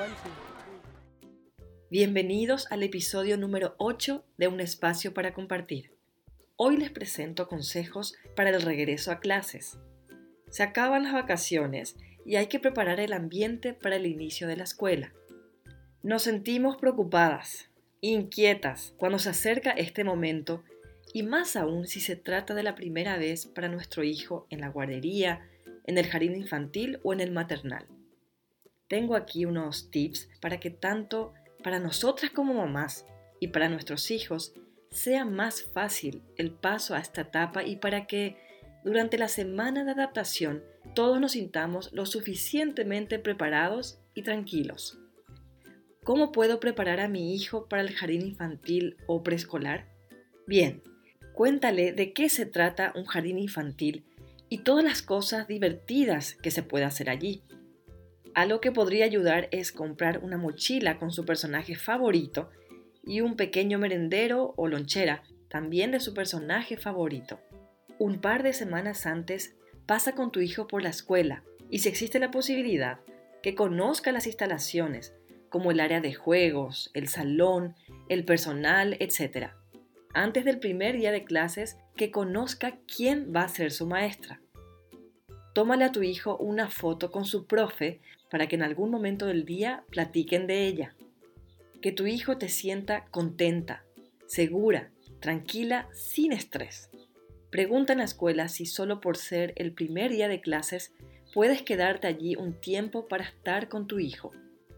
Bienvenidos al episodio número 8 de Un Espacio para Compartir. Hoy les presento consejos para el regreso a clases. Se acaban las vacaciones y hay que preparar el ambiente para el inicio de la escuela. Nos sentimos preocupadas, inquietas cuando se acerca este momento y más aún si se trata de la primera vez para nuestro hijo en la guardería, en el jardín infantil o en el maternal. Tengo aquí unos tips para que tanto para nosotras como mamás y para nuestros hijos sea más fácil el paso a esta etapa y para que durante la semana de adaptación todos nos sintamos lo suficientemente preparados y tranquilos. ¿Cómo puedo preparar a mi hijo para el jardín infantil o preescolar? Bien, cuéntale de qué se trata un jardín infantil y todas las cosas divertidas que se puede hacer allí. Algo que podría ayudar es comprar una mochila con su personaje favorito y un pequeño merendero o lonchera, también de su personaje favorito. Un par de semanas antes, pasa con tu hijo por la escuela y si existe la posibilidad, que conozca las instalaciones, como el área de juegos, el salón, el personal, etc. Antes del primer día de clases, que conozca quién va a ser su maestra. Tómale a tu hijo una foto con su profe para que en algún momento del día platiquen de ella. Que tu hijo te sienta contenta, segura, tranquila, sin estrés. Pregunta en la escuela si solo por ser el primer día de clases puedes quedarte allí un tiempo para estar con tu hijo.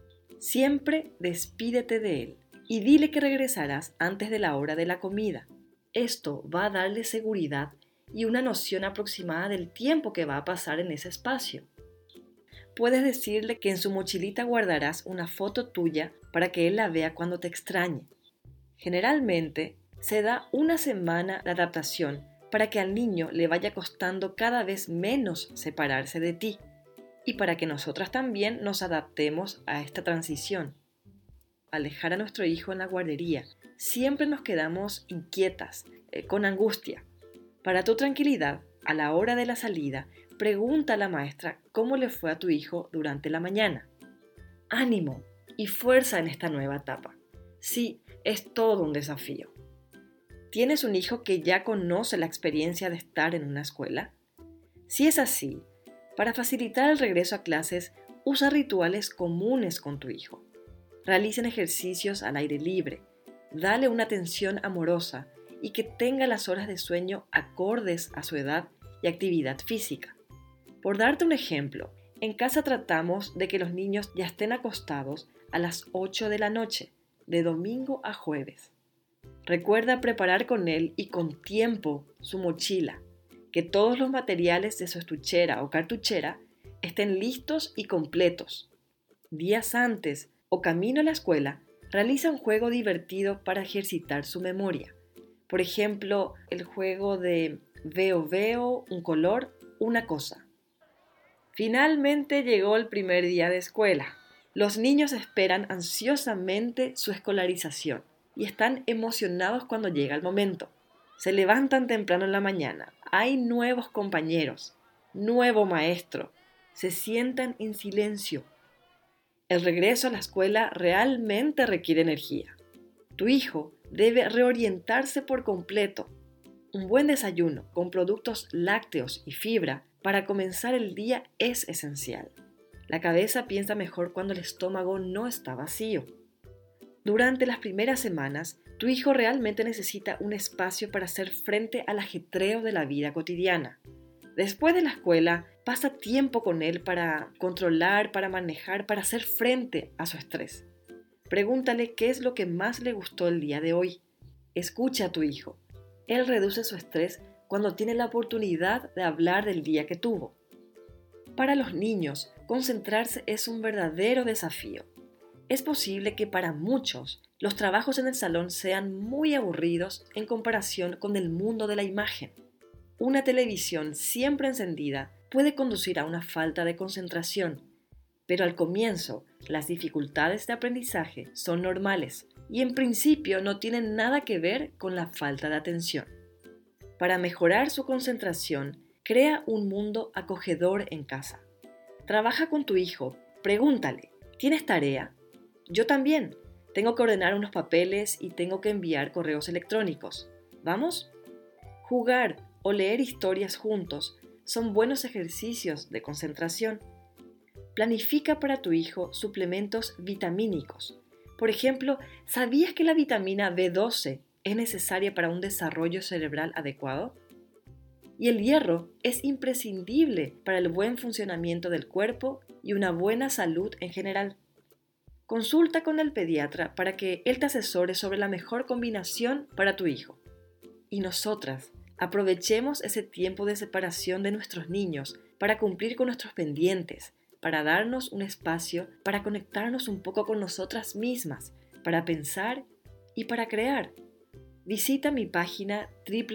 Siempre despídete de él y dile que regresarás antes de la hora de la comida. Esto va a darle seguridad y una noción aproximada del tiempo que va a pasar en ese espacio. Puedes decirle que en su mochilita guardarás una foto tuya para que él la vea cuando te extrañe. Generalmente, se da una semana de adaptación para que al niño le vaya costando cada vez menos separarse de ti y para que nosotras también nos adaptemos a esta transición. Al dejar a nuestro hijo en la guardería, siempre nos quedamos inquietas, con angustia. Para tu tranquilidad, a la hora de la salida, pregunta a la maestra cómo le fue a tu hijo durante la mañana. Ánimo y fuerza en esta nueva etapa. Sí, es todo un desafío. ¿Tienes un hijo que ya conoce la experiencia de estar en una escuela? Si es así, para facilitar el regreso a clases, usa rituales comunes con tu hijo. Realicen ejercicios al aire libre. Dale una atención amorosa y que tenga las horas de sueño acordes a su edad y actividad física. Por darte un ejemplo, en casa tratamos de que los niños ya estén acostados a las 8 de la noche, de domingo a jueves. Recuerda preparar con él y con tiempo su mochila, que todos los materiales de su estuchera o cartuchera estén listos y completos. Días antes o camino a la escuela, realiza un juego divertido para ejercitar su memoria. Por ejemplo, el juego de veo, un color, una cosa. Finalmente llegó el primer día de escuela. Los niños esperan ansiosamente su escolarización y están emocionados cuando llega el momento. Se levantan temprano en la mañana, hay nuevos compañeros, nuevo maestro, se sientan en silencio. El regreso a la escuela realmente requiere energía. Tu hijo debe reorientarse por completo. Un buen desayuno con productos lácteos y fibra para comenzar el día es esencial. La cabeza piensa mejor cuando el estómago no está vacío. Durante las primeras semanas, tu hijo realmente necesita un espacio para hacer frente al ajetreo de la vida cotidiana. Después de la escuela, pasa tiempo con él para controlar, para manejar, para hacer frente a su estrés. Pregúntale qué es lo que más le gustó el día de hoy. Escucha a tu hijo. Él reduce su estrés cuando tiene la oportunidad de hablar del día que tuvo. Para los niños, concentrarse es un verdadero desafío. Es posible que para muchos los trabajos en el salón sean muy aburridos en comparación con el mundo de la imagen. Una televisión siempre encendida puede conducir a una falta de concentración, pero al comienzo las dificultades de aprendizaje son normales y en principio no tienen nada que ver con la falta de atención. Para mejorar su concentración, crea un mundo acogedor en casa. Trabaja con tu hijo, pregúntale, ¿tienes tarea? Yo también. Tengo que ordenar unos papeles y tengo que enviar correos electrónicos. ¿Vamos? Jugar o leer historias juntos son buenos ejercicios de concentración. Planifica para tu hijo suplementos vitamínicos. Por ejemplo, ¿sabías que la vitamina B12 es necesaria para un desarrollo cerebral adecuado? Y el hierro es imprescindible para el buen funcionamiento del cuerpo y una buena salud en general. Consulta con el pediatra para que él te asesore sobre la mejor combinación para tu hijo. Y nosotras, aprovechemos ese tiempo de separación de nuestros niños para cumplir con nuestros pendientes, para darnos un espacio, para conectarnos un poco con nosotras mismas, para pensar y para crear. Visita mi página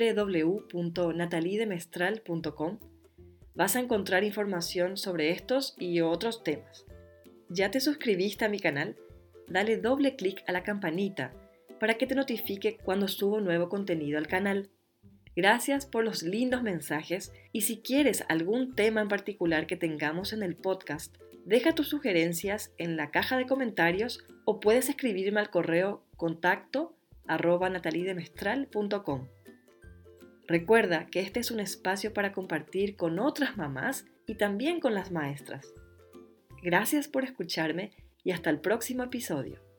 www.nataliedemestral.com. Vas a encontrar información sobre estos y otros temas. ¿Ya te suscribiste a mi canal? Dale doble clic a la campanita para que te notifique cuando subo nuevo contenido al canal. Gracias por los lindos mensajes y si quieres algún tema en particular que tengamos en el podcast, deja tus sugerencias en la caja de comentarios o puedes escribirme al correo contacto@nataliedemestral.com. Recuerda que este es un espacio para compartir con otras mamás y también con las maestras. Gracias por escucharme y hasta el próximo episodio.